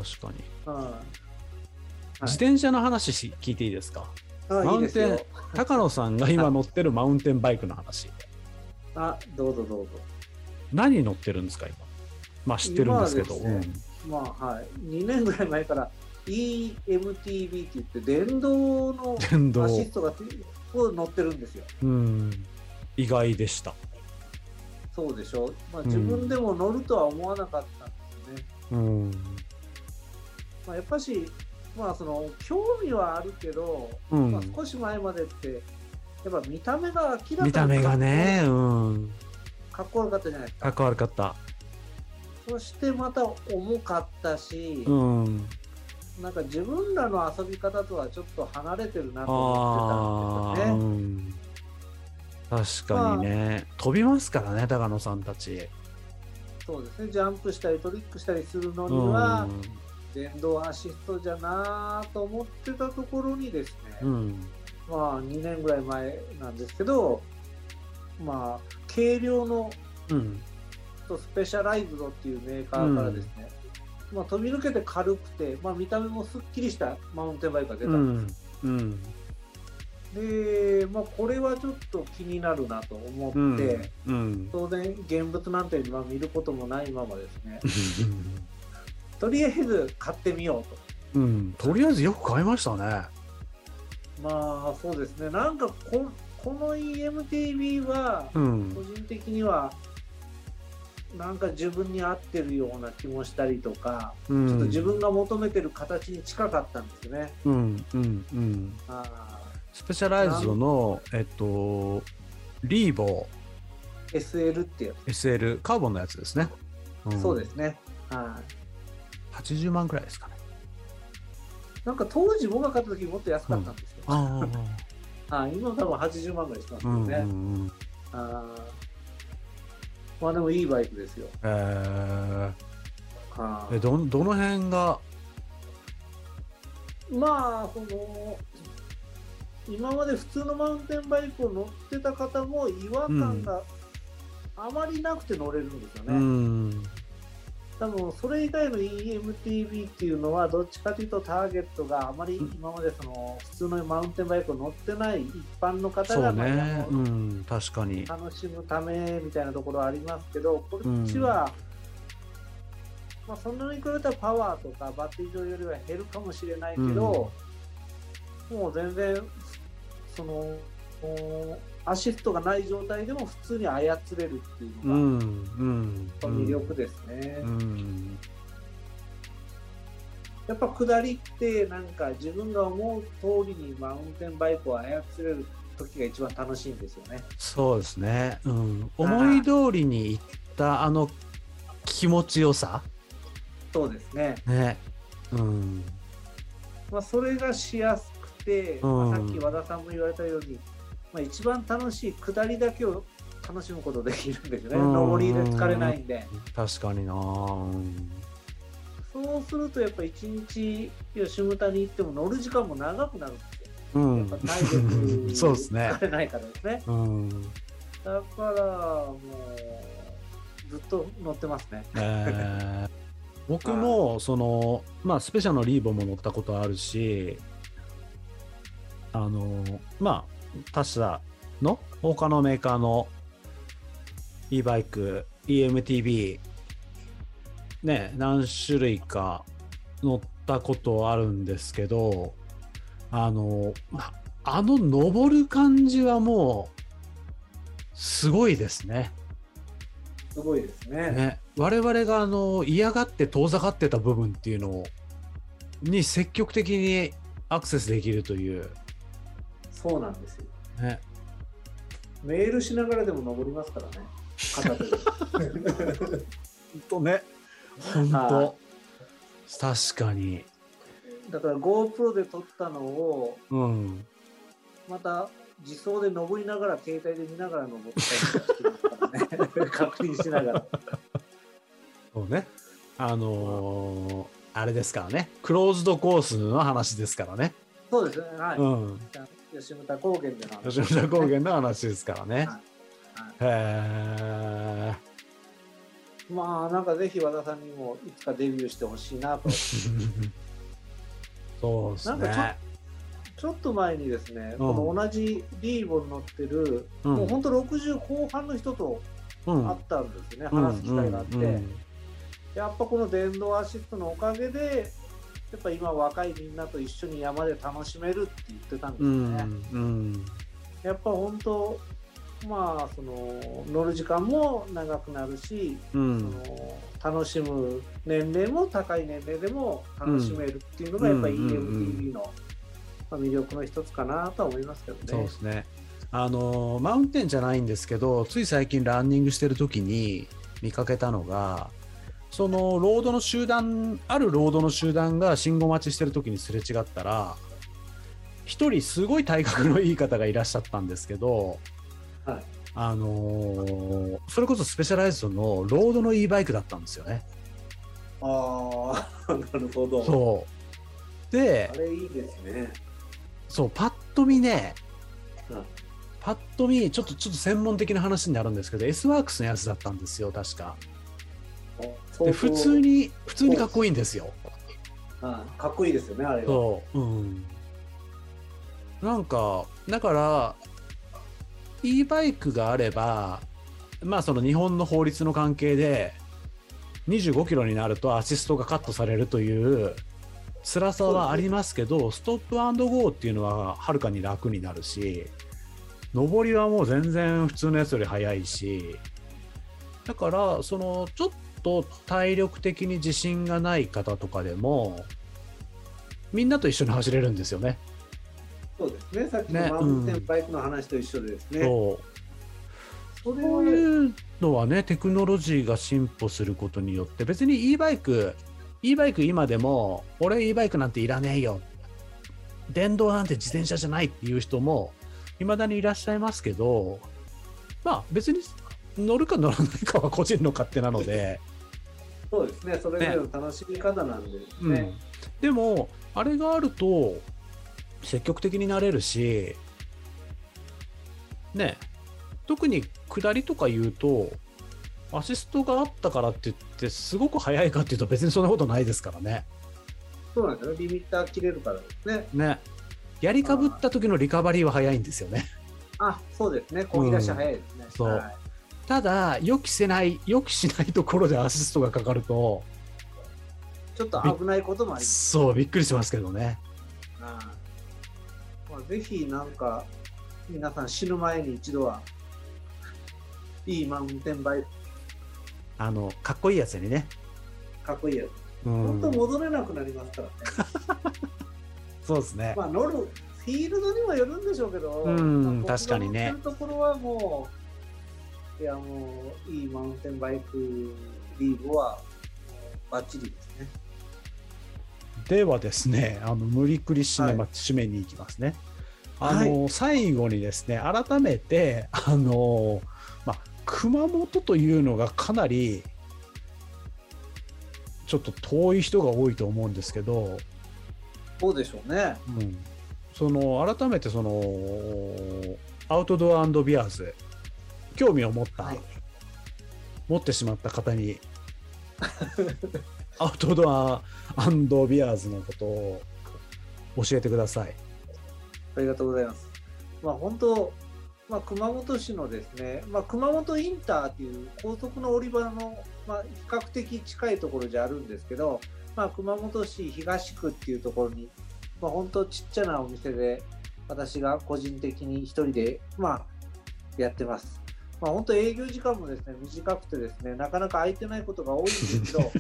自転車の話聞いていいですか？マウンテン、高野さんが今乗ってるマウンテンバイクの話。
どうぞ。
何乗ってるんですか今？まあ知ってるんですけど。
2年ぐらい前から EMTB って言って電動のアシストが乗ってるんですよ。
意外でした。
そうでしょう。自分でも乗るとは思わなかったんですよね。やっぱしその興味はあるけど、少し前までってやっぱ見た目が明らかに、
見た目がね、
かっこ悪かったじゃないですか。
かっこ悪かった。
そしてまた重かったし、なんか自分らの遊び方とはちょっと離れてるなと思ってたんですよね。
確かにね、飛びますからね、高野さんたち。
そうですね、ジャンプしたりトリックしたりするのには、電動アシストじゃなと思ってたところにですね、2年ぐらい前なんですけど、軽量の、スペシャライズドっていうメーカーからですね、飛び抜けて軽くて、見た目もすっきりしたマウンテンバイクが出たんです。で、これはちょっと気になるなと思って、当然現物なんて見ることもないままですねとりあえず買ってみよう
うん、とりあえずよく買いましたね。
まあそうですね、なんかこの EMTB は
うん、
個人的にはなんか自分に合ってるような気もしたりとか、
うん、
ちょっと自分が求めてる形に近かったんですよね。
うん、うん、うん。
あ
スペシャライズドの、リーボ
SL ってや
SL カーボンのやつですね。
つ、そうですね。
80万くらいですかね。
なんか当時僕が買った時もっと安かったんですよ。今多分80万ぐらいしてますよね。まあでもいいバイクですよ。
どの辺が
まあ今まで普通のマウンテンバイクを乗ってた方も違和感があまりなくて乗れるんですよね。多分それ以外の EMTB っていうのはどっちかというとターゲットがあまり今まで普通のマウンテンバイクを乗ってない一般の方が、
確かに
楽しむためみたいなところはありますけど、こっちは、まあ、そんなに比べたらパワーとかバッテリー上よりは減るかもしれないけど、もう全然アシストがない状態でも普通に操れるっていうのが魅力ですね。やっぱ下りってなんか自分が思う通りにマウンテンバイクを操れる時が一番楽しいんですよね。
そうですね、思い通りにいった気持ちよさ。
そうですね。まあそれがしやすくて、さっき和田さんも言われたように、一番楽しい下りだけを楽しむことできるんですよね。上りで疲れないんで。
確かにな。
そうするとやっぱ一日吉牟田に行っても乗る時間も長くなるんですよ。やっぱ体力
そうですね。
疲れないからですね。だからもうずっと乗ってますね。
僕もスペシャルのリーボも乗ったことあるし、他社の他のメーカーの e バイク EMTB ね、何種類か乗ったことあるんですけど、登る感じはもうすごいですね。
すごいですね。
我々が嫌がって遠ざかってた部分っていうのに積極的にアクセスできるという。
そうなんですよ。メールしながらでも登りますからね。片手で。
本当ね。本当。確かに。
だから GoPro で撮ったのを、また自走で登りながら携帯で見ながら登ったりしてますからね。確認しながら。
そうね。あれですからね。クローズドコースの話ですからね。
そうですね。吉牟田高原での話。
吉牟田高原の話ですからね。
まあなんかぜひ和田さんにもいつかデビューしてほしいなと。
そうですね。
なんかちょっと前にですね、この同じリーボに乗ってる、もう本当60後半の人と会ったんですよね、話す機会があって、やっぱこの電動アシストのおかげでやっぱ今若いみんなと一緒に山で楽しめるって言ってたんですよね。やっぱ本当乗る時間も長くなるし、楽しむ年齢も高い年齢でも楽しめるっていうのがやっぱり EMTB の魅力の一つかなとは思いますけどね。
そうですね。マウンテンじゃないんですけど、つい最近ランニングしてる時に見かけたのが、ロードの集団、あるロードの集団が信号待ちしてる時にすれ違ったら、一人すごい体格のいい方がいらっしゃったんですけど、それこそスペシャライズドのロードの e バイクだったんですよね。
なるほど。
そうで、
あれいいですね。
そう、パッと見ね、ちょっと専門的な話になるんですけど、S ワークスのやつだったんですよ、確か。で普通にかっこいいんですよ。
かっこいいですよね、あれは。そう、
なんかだから e バイクがあれば、日本の法律の関係で25キロになるとアシストがカットされるという辛さはありますけど、ストップアンドゴーっていうのははるかに楽になるし、上りはもう全然普通のやつより速いし、だからそのちょっと体力的に自信がない方とかでもみんなと一緒に走れるんですよね。
そうですね。さっきのマウンテンバイクの話と一緒でですね。
そういうのはね、テクノロジーが進歩することによって、別に e バイク今でも俺 e バイクなんていらねえよ、電動なんて自転車じゃないっていう人も未だにいらっしゃいますけど、まあ別に乗るか乗らないかは個人の勝手なので
そうですね。それぞれの楽しみ方なんでですね。
でもあれがあると積極的になれるしね、特に下りとか言うとアシストがあったからって言ってすごく速いかっていうと別にそんなことないですからね。
そうなんですよ。リミッター切れるからですね。
やりかぶった時のリカバリーは速いんですよね。
そうですね。こぎ出し早いですね。
そう。ただ予期しないところでアシストがかかると
ちょっと危ないこともあります。
そう、びっくりしますけどね。
ぜひなんか皆さん死ぬ前に一度はいいマウンテンバイク、
かっこいいやつにね。
かっこいいやつ。本当戻れなくなりますからね。
そうですね。
乗るフィールドにもよるんでしょうけど、
確かにね。
僕が乗ってるところはもういいマウンテンバイクリーグはバッチリですね。
ではですね、無理くり締めに行きますね。最後にですね、改めて熊本というのがかなりちょっと遠い人が多いと思うんですけど、
そうでしょうね。
改めてアウトドア&ビアーズ興味を持ってしまった方にアウトドア&ビアーズのことを教えてください。
ありがとうございます。本当、熊本市のですね、熊本インターっていう高速の降り場の、比較的近いところじゃあるんですけど、熊本市東区っていうところに、本当ちっちゃなお店で私が個人的に一人で、やってます。本当営業時間もですね短くてですね、なかなか空いてないことが多いんですけど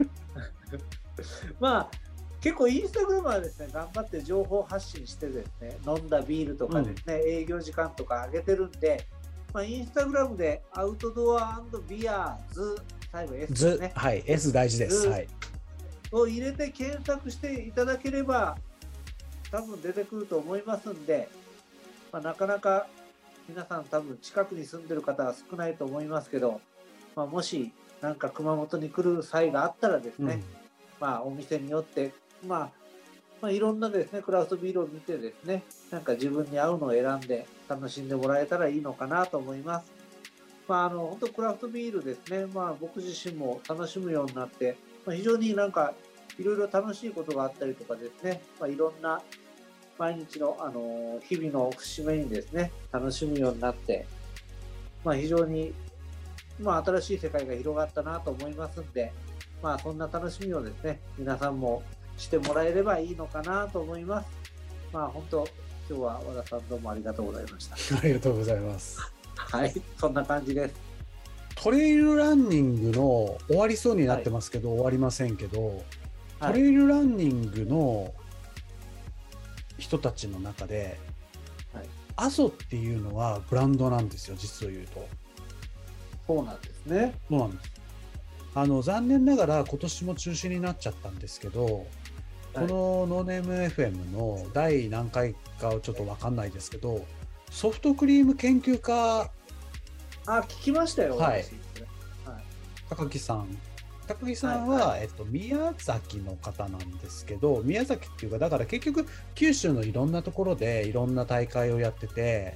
結構インスタグラムはですね頑張って情報発信してですね、飲んだビールとかですね、営業時間とか上げてるんで、インスタグラムでアウトドア&ビアーズ、最後 S ですね。
はい、S 大事です。
を入れて検索していただければ多分出てくると思いますんで、なかなか皆さん多分近くに住んでる方は少ないと思いますけど、もしなんか熊本に来る際があったらですね、お店によっていろんなですねクラフトビールを見てですね、なんか自分に合うのを選んで楽しんでもらえたらいいのかなと思います。本当クラフトビールですね、僕自身も楽しむようになって、非常になんかいろいろ楽しいことがあったりとかですね、いろんな毎日の、日々の節目にですね楽しむようになって、非常に、新しい世界が広がったなと思いますんで、そんな楽しみをですね皆さんもしてもらえればいいのかなと思います。本当今日は和田さんどうもありがとうございました。
ありがとうございます。
はい、そんな感じです。
トレイルランニングの終わりそうになってますけど、終わりませんけど、トレイルランニングの人たちの中で、阿蘇っていうのはブランドなんですよ、実を言うと。
そうなんですね。
そうなんです。残念ながら今年も中止になっちゃったんですけど、このノーネーム FM の第何回かはちょっと分かんないですけど、ソフトクリーム研究家、
聞きましたよ。
高木さんは、宮崎の方なんですけど、宮崎っていうかだから結局九州のいろんなところでいろんな大会をやってて、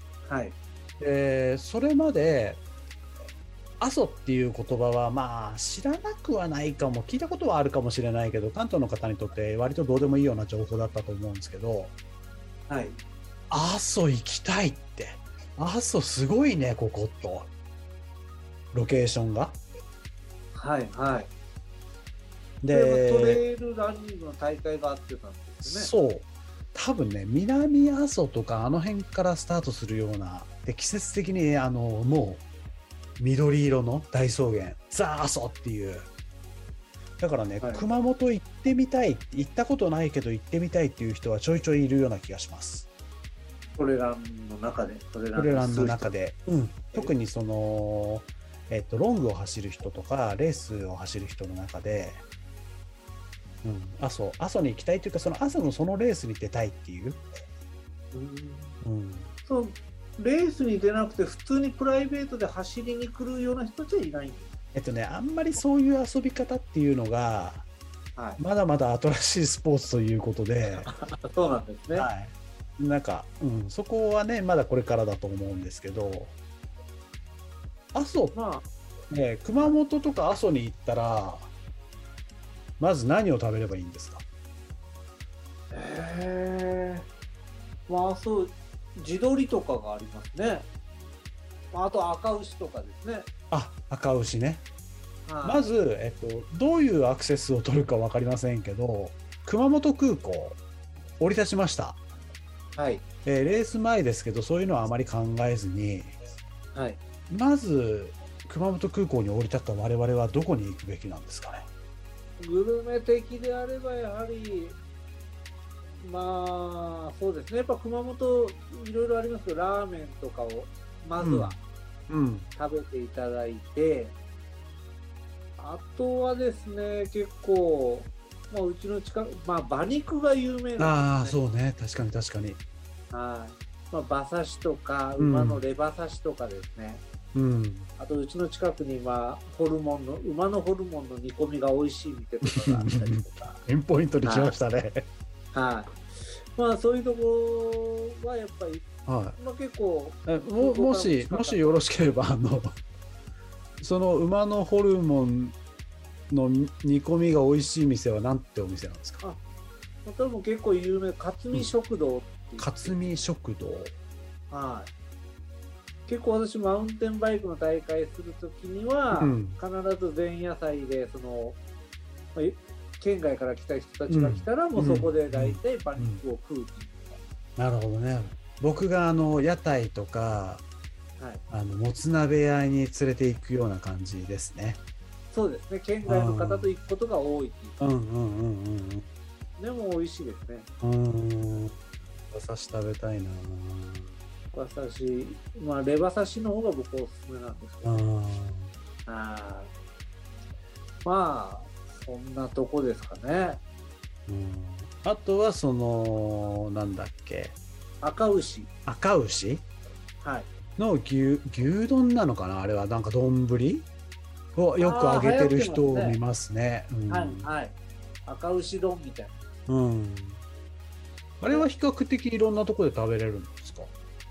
それまで阿蘇っていう言葉は知らなくはないかも、聞いたことはあるかもしれないけど、関東の方にとって割とどうでもいいような情報だったと思うんですけど、阿蘇行きたいって、阿蘇すごいねこことロケーションが
でト
で、
レイルランニングの大会があってたんですよね。
そう、多分ね、南阿蘇とかあの辺からスタートするような、で季節的にもう緑色の大草原、ザ・阿蘇っていう。だからね、
はい
熊本行ってみたい、行ったことないけど行ってみたいっていう人はちょいちょいいるような気がします。
トレランの中で、トレ
トレランの中で、特にその、ロングを走る人とかレースを走る人の中で、阿蘇に行きたいというか、その阿蘇のそのレースに出たいっていう、
そうレースに出なくて普通にプライベートで走りに来るような人たちはいないんです。
あんまりそういう遊び方っていうのが、まだまだ新しいスポーツということで
そうなんですね。
なんか、そこはねまだこれからだと思うんですけど、阿蘇、熊本とか阿蘇に行ったらまず何を食べればいいんですか？
そう、地鶏とかがありますね。あと赤牛とかですね。
赤牛ね。まず、どういうアクセスを取るか分かりませんけど、熊本空港降り立ちました。レース前ですけど、そういうのはあまり考えずに、まず熊本空港に降り立った我々はどこに行くべきなんですかね？
グルメ的であればやはりそうですね、やっぱ熊本いろいろありますけど、ラーメンとかをまずは食べていただいて、あとはですね、結構、うちの近く、馬肉が有名なんですね。
そうね、確かに確かに。
馬刺しとか馬のレバ刺しとかですね、あとうちの近くに馬のホルモンの煮込みが美味しい店とかがあったりとか
ピンポイントに来ましたね。
そういうところはやっぱり、結構
もしよろしければその馬のホルモンの煮込みが美味しい店は何てお店なんですか？
多分結構有名、勝見食堂っていう。
勝見食堂。
結構私マウンテンバイクの大会するときには、必ず前夜祭でその県外から来た人たちが来たら、もうそこで大体馬肉を食うっていう。
なるほどね。僕が屋台とか、もつ鍋屋に連れて行くような感じですね。
そうですね、県外の方と行くことが多いっていう。でも美味しいですね。
馬刺し食べたいな。
馬刺し、レバ刺しの方が僕おすすめなんですけど。そんなとこですかね。
あとはなんだっけ、
赤牛
の牛丼なのかな、あれは。なんか丼をよく揚げてる人を見ますね。
赤牛丼みたいな。
あれは比較的いろんなところで食べれるんですか？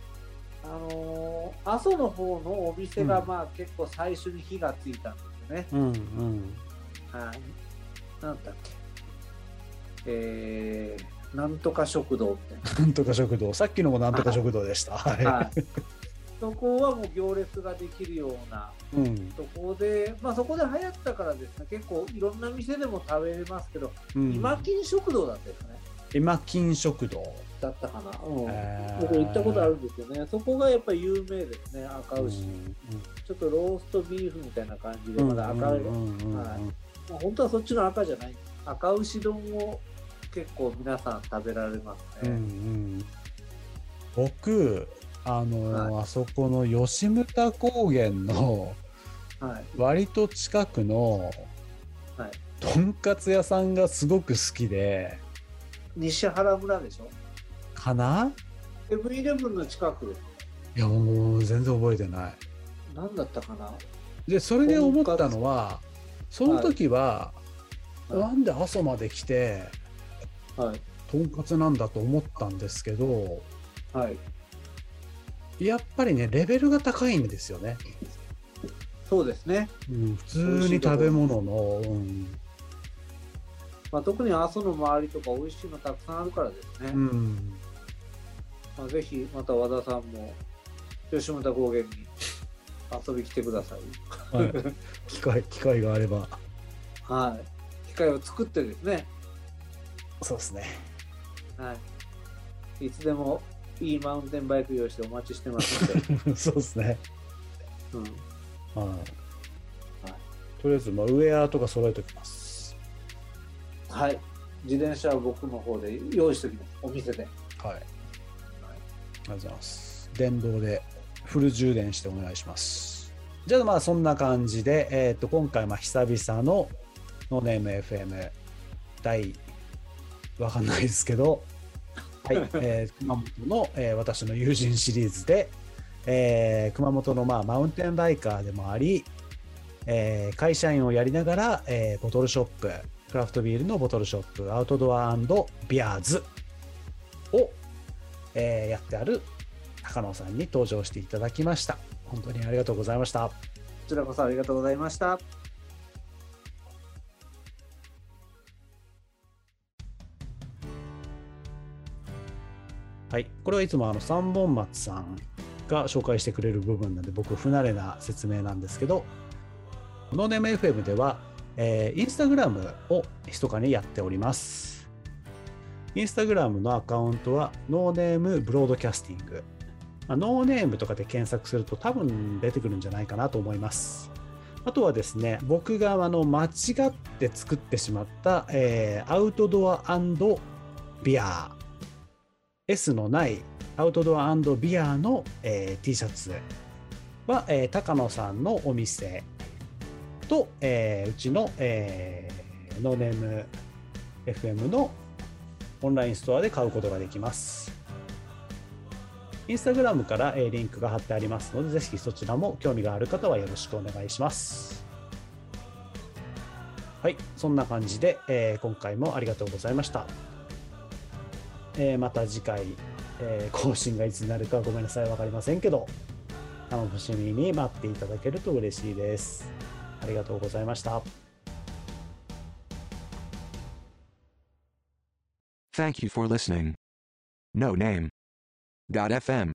阿蘇の方のお店が結構最初に火がついたんですよね。なんだっけ、なんとか食堂みたいな。
なんとか食堂、さっきのもなんとか食堂でした。
そこはもう行列ができるようなところで、そこで流行ったからですね、結構いろんな店でも食べれますけど、今金食堂だったですね。
今金食堂
だったかな。僕行ったことあるんですよね。そこがやっぱり有名ですね、赤牛。ちょっとローストビーフみたいな感じで、まだ赤い。本当はそっちの赤じゃない。赤牛丼を結構皆さん食べられますね。
僕あそこの吉牟田高原の割と近くのとんかつ屋さんがすごく好きで。
西原村でしょ
かな。
セブンイレブンの近く。
いやもう全然覚えてない。
何だったかな。
でそれで思ったのは、その時は、なんで阿蘇まで来て、とんかつなんだと思ったんですけど、やっぱりねレベルが高いんですよね。
そうですね。
普通に食べ物の、
特に阿蘇の周りとか美味しいのたくさんあるからですね。ぜひまた和田さんも吉牟田高原に遊び来てください。
機会があれば。
機会を作ってですね、
そうですね。
はい、いつでもいいマウンテンバイク用意してお待ちしてますので、
そうですね。
うん、
はい。とりあえず、ウェアとか揃えておきます。
はい、自転車は僕の方で用意しておきます、お店で。
はい。ありがとうございます。電動でフル充電してお願いします。じゃあそんな感じで、今回久々のノーネーム FM わかんないですけど、はい、熊本の、私の友人シリーズで、熊本のマウンテンバイカーでもあり、会社員をやりながら、ボトルショップ、クラフトビールのボトルショップ、アウトドア&ビアーズを、やってある高野さんに登場していただきました。本当にありがとうございました。
こちらこそありがとうございました。
はい、これはいつも三本松さんが紹介してくれる部分なんで、僕不慣れな説明なんですけど、ノーネーム FM では、インスタグラムを密かにやっております。インスタグラムのアカウントはノーネームブロードキャスティング、ノーネームとかで検索すると多分出てくるんじゃないかなと思います。あとはですね、僕が間違って作ってしまった、アウトドア&ビアー S のないアウトドア&ビアの、T シャツは、高野さんのお店と、うちの、ノーネーム FM のオンラインストアで買うことができます。インスタグラムから、リンクが貼ってありますので、ぜひそちらも興味がある方はよろしくお願いします。はい、そんな感じで、今回もありがとうございました。また次回、更新がいつになるかごめんなさい、分かりませんけど、楽しみに待っていただけると嬉しいです。ありがとうございました。
Thank you for listening. No name.FM